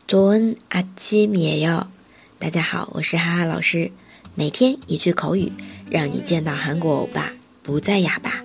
좋은 아침이에요。大家好，我是哈哈老师，每天一句口语，让你见到韩国欧巴不再哑巴。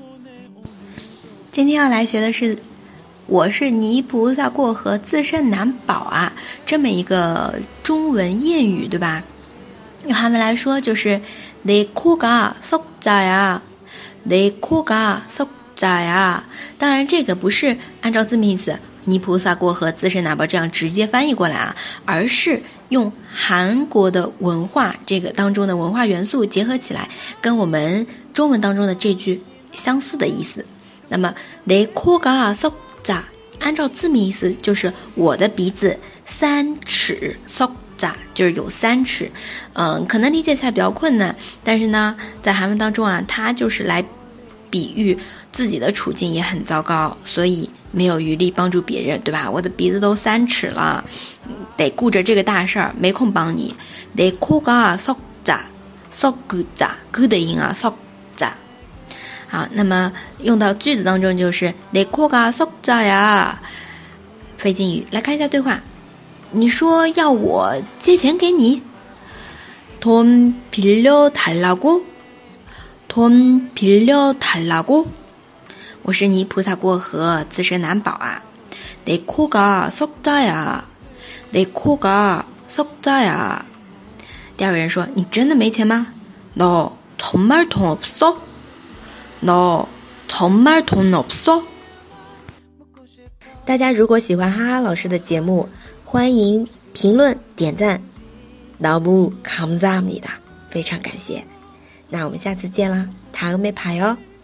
今天要来学的是我是泥菩萨过河自身难保啊，这么一个中文谚语，对吧？用韩文来说就是내 코가 석자야，내 코가 석자야。当然这个不是按照字面意思泥菩萨过河自身难保这样直接翻译过来啊，而是用韩国的文化这个当中的文化元素结合起来，跟我们中文当中的这句相似的意思。那么내 코가 석자按照字面意思就是我的鼻子3尺， 석자就是有3尺。可能理解起来比较困难，但是呢在韩文当中啊，它就是来比喻自己的处境也很糟糕，所以没有余力帮助别人，对吧？我的鼻子都3尺了，得顾着这个大事儿，没空帮你。내 코가 석자， 석자 그的音啊，석자。好，那么用到句子当中就是내 코가 석자야。非敬语，来看一下对话。你说要我借钱给你？돈 빌려달라고？ 돈 빌려달라고？ 我是泥菩萨过河，自身难保啊。내 코가 석자야， 내 코가 석자야。 第二个人说，你真的没钱吗？너 정말 돈 없어？ 너 정말 돈 없어？ 大家如果喜欢哈哈老师的节目，欢迎评论点赞。너무 감사합니다，非常感谢。那我们下次见啦，다음에 봐요。